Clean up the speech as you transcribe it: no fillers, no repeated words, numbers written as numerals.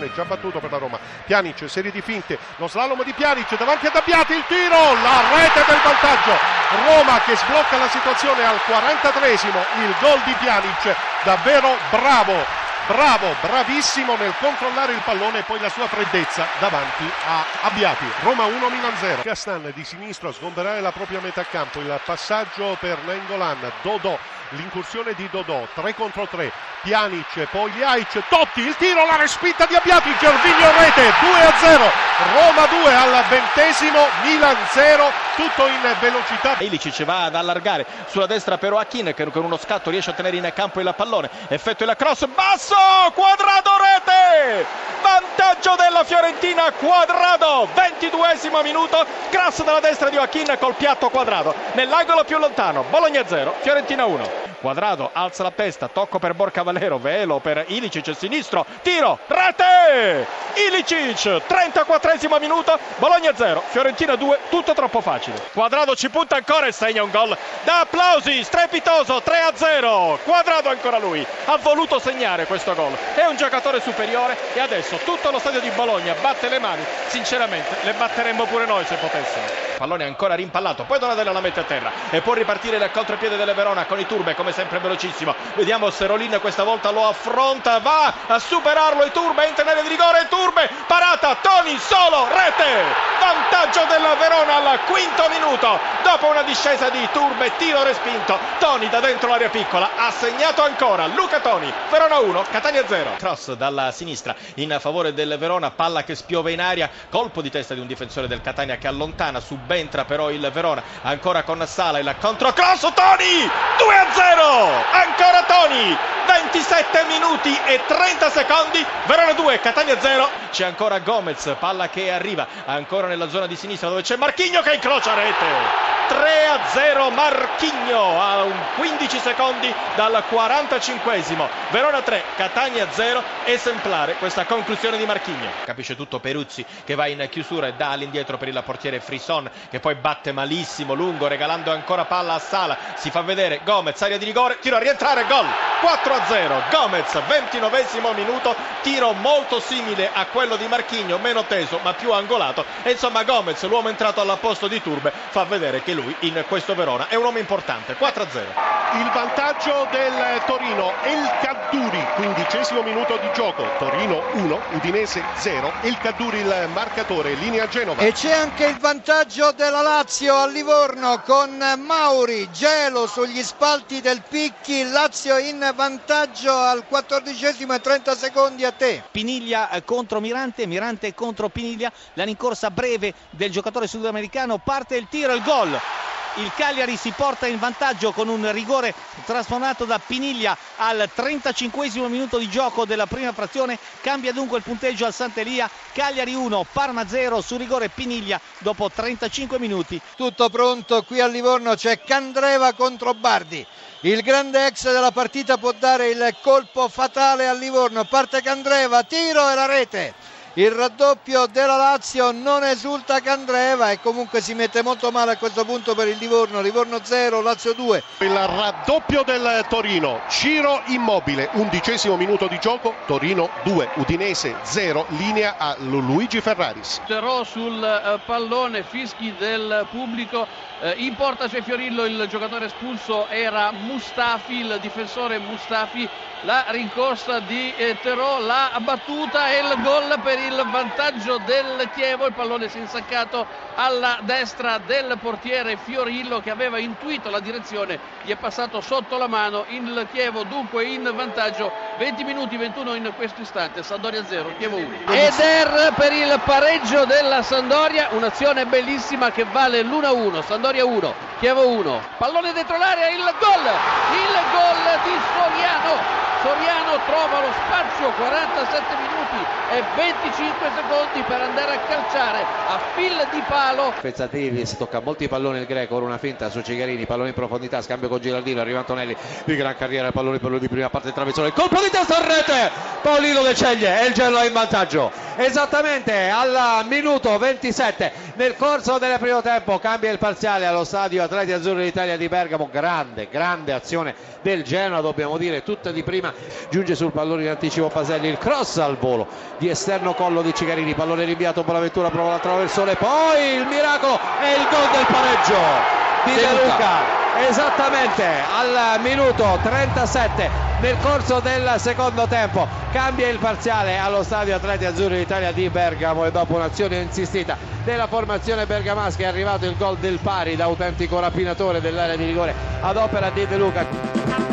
pallone già battuto per la Roma. Pjanic, serie di finte, lo slalom di Pjanic davanti ad Abbiati, il tiro, la rete del vantaggio. Roma che sblocca la situazione al 43esimo, il gol di Pjanic, davvero bravo. Bravissimo nel controllare il pallone e poi la sua freddezza davanti a Abbiati. Roma 1, Milan 0. Castan di sinistro a sgomberare la propria metà campo, il passaggio per Nainggolan, Dodò, l'incursione di Dodò, 3 contro 3, Pjanic, poi Ljajic, Totti, il tiro, la respinta di Abbiati, Gervinho rete, 2-0, Roma 2 al 20esimo, Milan 0, tutto in velocità. Ilicic va ad allargare sulla destra per Joaquin che con uno scatto riesce a tenere in campo il pallone, effettua la cross, basso, Cuadrado rete, vantaggio della Fiorentina, Cuadrado, 22esimo minuto, cross dalla destra di Joaquin col piatto Cuadrado, nell'angolo più lontano, Bologna 0, Fiorentina 1. Cuadrado alza la testa, tocco per Borca Valero, velo per Ilicic, sinistro, tiro, rete! Ilicic, 34esimo minuto, Bologna 0, Fiorentina 2, tutto troppo facile. Cuadrado ci punta ancora e segna un gol da applausi, strepitoso, 3-0. Cuadrado ancora lui, ha voluto segnare questo gol, è un giocatore superiore e adesso tutto lo stadio di Bologna batte le mani, sinceramente le batteremmo pure noi se potessimo. Pallone ancora rimpallato, poi Donadella la mette a terra e può ripartire il contropiede delle Verona con Iturbe come sempre velocissimo. Vediamo se Rolin questa volta lo affronta, va a superarlo Iturbe, entra in area di rigore, Iturbe, parata, Toni solo, rete, vantaggio della Verona al 5° minuto, dopo una discesa di Iturbe, tiro respinto, Toni da dentro l'area piccola, ha segnato ancora Luca Toni, Verona 1, Catania 0. Cross dalla sinistra in favore del Verona, palla che spiove in aria, colpo di testa di un difensore del Catania che allontana, subentra però il Verona, ancora con Sala, il controcross, Toni, 2-0, ancora Toni, 27 minuti e 30 secondi, Verona 2, Catania 0, c'è ancora Gomez, palla che arriva ancora nella zona di sinistra dove c'è Marquinhos che incrocia rete. 3-0 Marquinhos a 15 secondi dal 45esimo, Verona 3, Catania 0, esemplare questa conclusione di Marquinhos. Capisce tutto Peruzzi che va in chiusura e dà all'indietro per il portiere Frisson che poi batte malissimo lungo regalando ancora palla a Sala, si fa vedere Gomez, area di rigore, tiro a rientrare, gol, 4-0 Gomez, 29esimo minuto, tiro molto simile a quello di Marquinhos, meno teso ma più angolato e insomma Gomez, l'uomo entrato al posto di Turbe, fa vedere che lui in questo Verona è un uomo importante. 4-0. Il vantaggio del Torino, El Kaddouri, 15esimo minuto di gioco, Torino 1, Udinese 0, El Kaddouri il marcatore, linea Genova. E c'è anche il vantaggio della Lazio a Livorno con Mauri, gelo sugli spalti del Picchi, Lazio in vantaggio al 14esimo e 30 secondi a te. Piniglia contro Mirante, Mirante contro Piniglia, la rincorsa breve del giocatore sudamericano, parte il tiro, il gol. Il Cagliari si porta in vantaggio con un rigore trasformato da Piniglia al 35esimo minuto di gioco della prima frazione, cambia dunque il punteggio al Sant'Elia, Cagliari 1, Parma 0 su rigore Piniglia dopo 35 minuti. Tutto pronto, qui a Livorno c'è Candreva contro Bardi, il grande ex della partita può dare il colpo fatale a Livorno, parte Candreva, tiro e la rete. Il raddoppio della Lazio, non esulta Candreva e comunque si mette molto male a questo punto per il Livorno, Livorno 0, Lazio 2. Il raddoppio del Torino, Ciro Immobile, 11esimo minuto di gioco, Torino 2, Udinese 0, linea a Luigi Ferraris. Terò sul pallone, fischi del pubblico, in porta c'è Fiorillo, il giocatore espulso era Mustafi, il difensore Mustafi, la rincorsa di Terò, la battuta e il gol per il vantaggio del Chievo, il pallone si è insaccato alla destra del portiere Fiorillo che aveva intuito la direzione, gli è passato sotto la mano, il Chievo dunque in vantaggio, 20 minuti 21 in questo istante, Sampdoria 0, Chievo 1. Eder per il pareggio della Sampdoria, un'azione bellissima che vale l'1-1, Sampdoria 1, Chievo 1, pallone dentro l'area, il gol di Soriano trova lo spazio, 47 minuti e 25 secondi per andare a calciare a fil di palo. Pezzativi, si tocca molti palloni il greco, ora una finta su Cigarini, pallone in profondità, scambio con Giraldino, arriva Antonelli, di gran carriera, pallone per lui di prima parte del traversone, colpo di testa a rete, Paolino De Ceglie e il Genoa in vantaggio. Esattamente al minuto 27 nel corso del primo tempo cambia il parziale allo stadio Atleti Azzurri d'Italia di Bergamo, grande azione del Genoa, dobbiamo dire tutta di prima giunge sul pallone in anticipo Paselli, il cross al volo di esterno collo di Cigarini, pallone rinviato, Bonaventura prova l'attraversone, poi il miracolo e il gol del pareggio di De Luca. Esattamente al minuto 37 nel corso del secondo tempo cambia il parziale allo stadio Atleti Azzurri d'Italia di Bergamo, e dopo un'azione insistita della formazione bergamasca è arrivato il gol del pari da autentico rapinatore dell'area di rigore ad opera di De Luca.